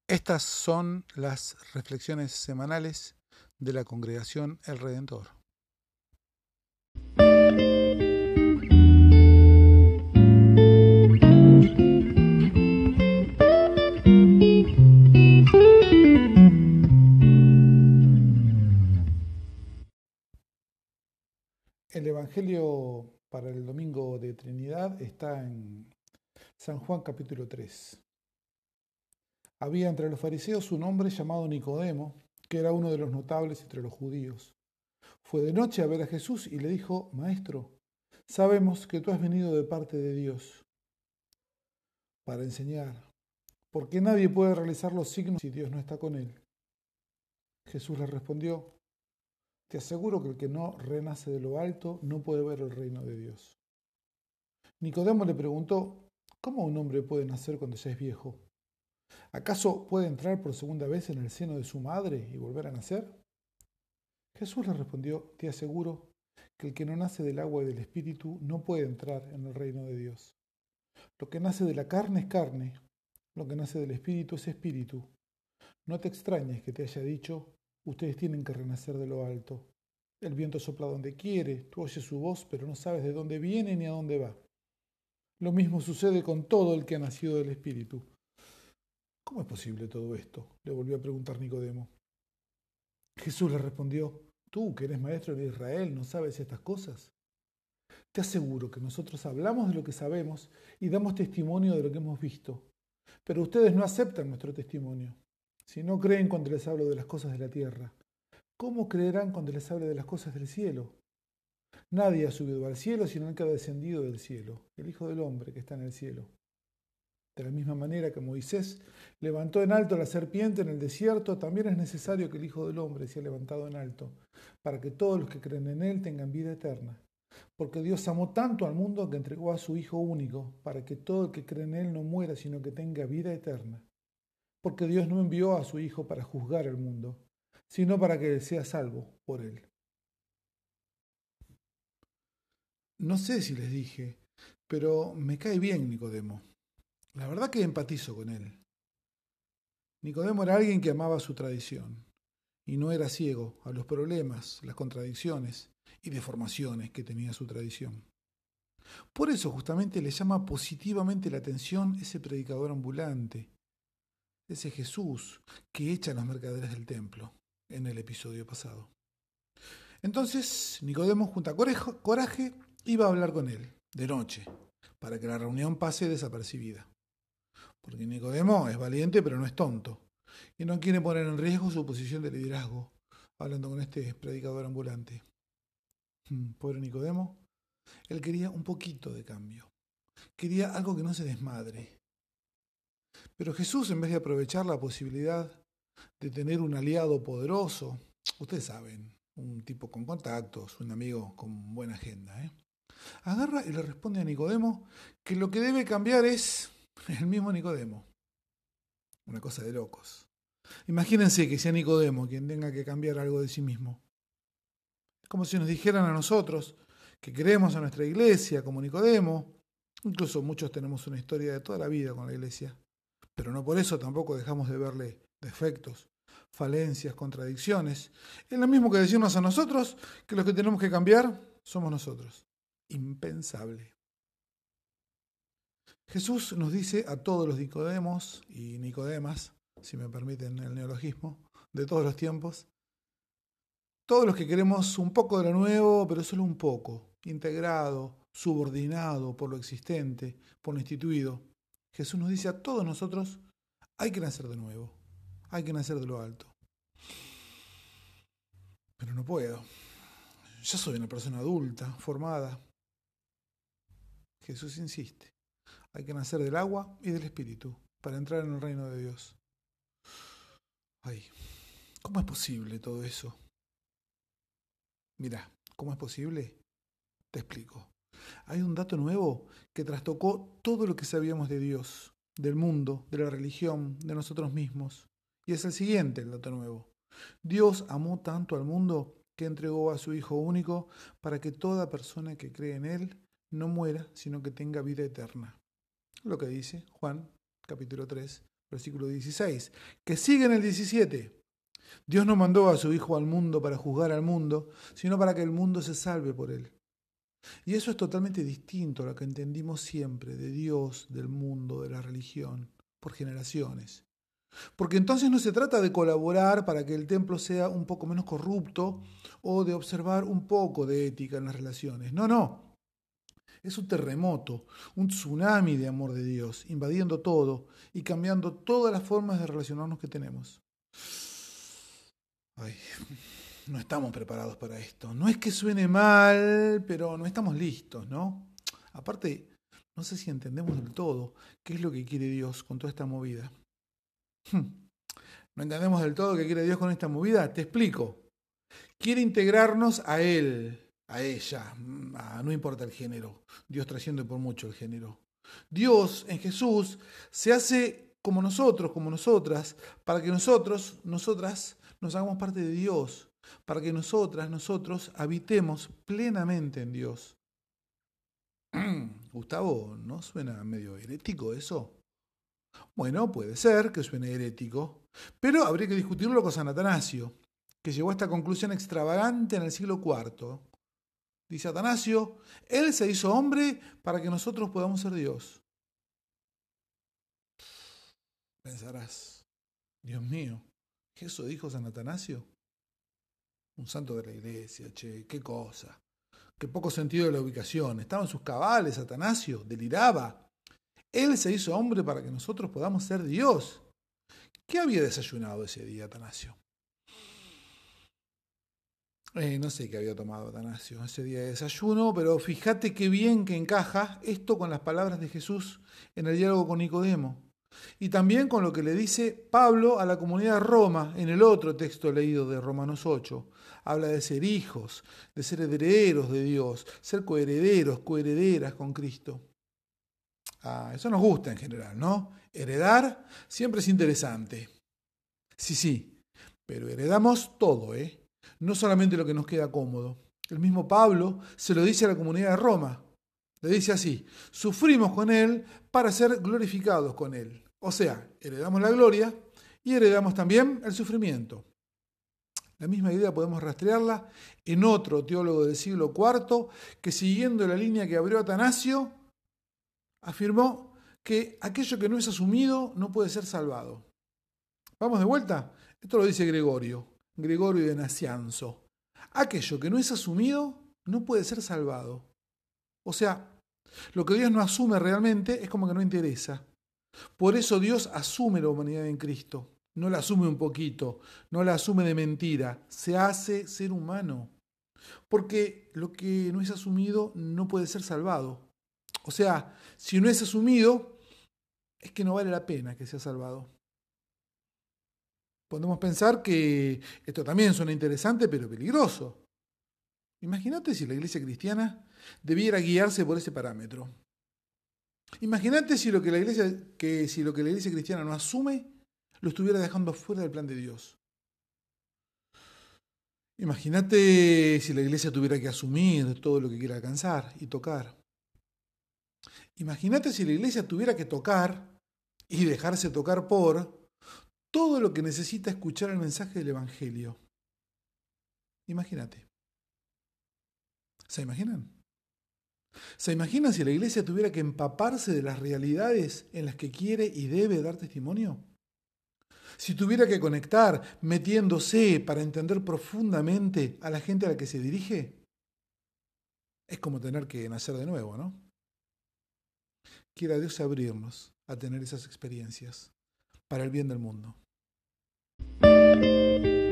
Estas son las reflexiones semanales de la Congregación El Redentor. El Evangelio para el Domingo de Trinidad está en San Juan capítulo 3. Había entre los fariseos un hombre llamado Nicodemo, que era uno de los notables entre los judíos. Fue de noche a ver a Jesús y le dijo: Maestro, sabemos que tú has venido de parte de Dios para enseñar, porque nadie puede realizar los signos si Dios no está con él. Jesús le respondió: Te aseguro que el que no renace de lo alto no puede ver el reino de Dios. Nicodemo le preguntó: ¿Cómo un hombre puede nacer cuando ya es viejo? ¿Acaso puede entrar por segunda vez en el seno de su madre y volver a nacer? Jesús le respondió: Te aseguro que el que no nace del agua y del espíritu no puede entrar en el reino de Dios. Lo que nace de la carne es carne, lo que nace del espíritu es espíritu. No te extrañes que te haya dicho: ustedes tienen que renacer de lo alto. El viento sopla donde quiere, tú oyes su voz, pero no sabes de dónde viene ni a dónde va. Lo mismo sucede con todo el que ha nacido del espíritu. ¿Cómo es posible todo esto?, le volvió a preguntar Nicodemo. Jesús le respondió: Tú, que eres maestro de Israel, ¿no sabes estas cosas? Te aseguro que nosotros hablamos de lo que sabemos y damos testimonio de lo que hemos visto, pero ustedes no aceptan nuestro testimonio. Si no creen cuando les hablo de las cosas de la tierra, ¿cómo creerán cuando les hable de las cosas del cielo? Nadie ha subido al cielo sino el que ha descendido del cielo, el Hijo del Hombre que está en el cielo. De la misma manera que Moisés levantó en alto la serpiente en el desierto, también es necesario que el Hijo del Hombre sea levantado en alto, para que todos los que creen en él tengan vida eterna. Porque Dios amó tanto al mundo que entregó a su Hijo único, para que todo el que cree en él no muera, sino que tenga vida eterna. Porque Dios no envió a su Hijo para juzgar al mundo, sino para que él sea salvo por él. No sé si les dije, pero me cae bien Nicodemo. La verdad que empatizo con él. Nicodemo era alguien que amaba su tradición y no era ciego a los problemas, las contradicciones y deformaciones que tenía su tradición. Por eso justamente le llama positivamente la atención ese predicador ambulante, ese Jesús que echa a los mercaderes del templo en el episodio pasado. Entonces Nicodemo, junto a coraje, iba a hablar con él, de noche, para que la reunión pase desapercibida. Porque Nicodemo es valiente pero no es tonto, y no quiere poner en riesgo su posición de liderazgo, hablando con este predicador ambulante. Pobre Nicodemo, él quería un poquito de cambio, quería algo que no se desmadre. Pero Jesús, en vez de aprovechar la posibilidad de tener un aliado poderoso, ustedes saben, un tipo con contactos, un amigo con buena agenda, agarra y le responde a Nicodemo que lo que debe cambiar es el mismo Nicodemo. Una cosa de locos. Imagínense que sea Nicodemo quien tenga que cambiar algo de sí mismo. Es como si nos dijeran a nosotros que creemos en nuestra iglesia como Nicodemo. Incluso muchos tenemos una historia de toda la vida con la iglesia, pero no por eso tampoco dejamos de verle defectos, falencias, contradicciones. Es lo mismo que decirnos a nosotros que los que tenemos que cambiar somos nosotros. Impensable. Jesús nos dice a todos los Nicodemos y Nicodemas, si me permiten el neologismo, de todos los tiempos, todos los que queremos un poco de lo nuevo, pero solo un poco, integrado, subordinado por lo existente, por lo instituido. Jesús nos dice a todos nosotros: hay que nacer de nuevo, hay que nacer de lo alto. Pero no puedo. Ya soy una persona adulta, formada. Jesús insiste: hay que nacer del agua y del espíritu para entrar en el reino de Dios. Ay, ¿cómo es posible todo eso? Mirá, ¿cómo es posible? Te explico. Hay un dato nuevo que trastocó todo lo que sabíamos de Dios, del mundo, de la religión, de nosotros mismos. Y es el siguiente, el dato nuevo. Dios amó tanto al mundo que entregó a su Hijo único para que toda persona que cree en Él no muera, sino que tenga vida eterna. Lo que dice Juan, capítulo 3, versículo 16, que sigue en el 17. Dios no mandó a su Hijo al mundo para juzgar al mundo, sino para que el mundo se salve por él. Y eso es totalmente distinto a lo que entendimos siempre de Dios, del mundo, de la religión, por generaciones. Porque entonces no se trata de colaborar para que el templo sea un poco menos corrupto o de observar un poco de ética en las relaciones. No, no. Es un terremoto, un tsunami de amor de Dios, invadiendo todo y cambiando todas las formas de relacionarnos que tenemos. Ay, no estamos preparados para esto. No es que suene mal, pero no estamos listos, ¿no? Aparte, no sé si entendemos del todo qué es lo que quiere Dios con toda esta movida. ¿No entendemos del todo qué quiere Dios con esta movida? Te explico. Quiere integrarnos a Él, a ella, no importa el género. Dios trasciende por mucho el género. Dios en Jesús se hace como nosotros, como nosotras, para que nosotras nos hagamos parte de Dios, para que nosotros habitemos plenamente en Dios. Gustavo, ¿no suena medio herético eso? Bueno, puede ser que suene herético, pero habría que discutirlo con San Atanasio, que llegó a esta conclusión extravagante en el siglo IV. Dice Atanasio, Él se hizo hombre para que nosotros podamos ser Dios. Pensarás, Dios mío, ¿eso dijo San Atanasio? Un santo de la iglesia, che, qué cosa. Qué poco sentido de la ubicación. Estaba en sus cabales, Atanasio, deliraba. Él se hizo hombre para que nosotros podamos ser Dios. ¿Qué había desayunado ese día, Atanasio? No sé qué había tomado Atanasio ese día de desayuno, pero fíjate qué bien que encaja esto con las palabras de Jesús en el diálogo con Nicodemo. Y también con lo que le dice Pablo a la comunidad de Roma en el otro texto leído de Romanos 8. Habla de ser hijos, de ser herederos de Dios, ser coherederos, coherederas con Cristo. Eso nos gusta en general, ¿no? Heredar siempre es interesante. Sí, pero heredamos todo, ¿eh? No solamente lo que nos queda cómodo. El mismo Pablo se lo dice a la comunidad de Roma. Le dice así, sufrimos con Él para ser glorificados con Él. O sea, heredamos la gloria y heredamos también el sufrimiento. La misma idea podemos rastrearla en otro teólogo del siglo IV que, siguiendo la línea que abrió Atanasio, afirmó que aquello que no es asumido no puede ser salvado. ¿Vamos de vuelta? Esto lo dice Gregorio de Nacianzo. Aquello que no es asumido no puede ser salvado. O sea, lo que Dios no asume realmente es como que no interesa. Por eso Dios asume la humanidad en Cristo. No la asume un poquito, no la asume de mentira. Se hace ser humano. Porque lo que no es asumido no puede ser salvado. O sea, si no es asumido, es que no vale la pena que sea salvado. Podemos pensar que esto también suena interesante, pero peligroso. Imagínate si la iglesia cristiana debiera guiarse por ese parámetro. Imagínate si lo que la iglesia cristiana no asume, lo estuviera dejando fuera del plan de Dios. Imagínate si la iglesia tuviera que asumir todo lo que quiere alcanzar y tocar. Imagínate si la iglesia tuviera que tocar y dejarse tocar por todo lo que necesita escuchar el mensaje del Evangelio. Imagínate. ¿Se imaginan? ¿Se imaginan si la iglesia tuviera que empaparse de las realidades en las que quiere y debe dar testimonio? Si tuviera que conectar metiéndose para entender profundamente a la gente a la que se dirige, es como tener que nacer de nuevo, ¿no? Quiera Dios abrirnos a tener esas experiencias para el bien del mundo.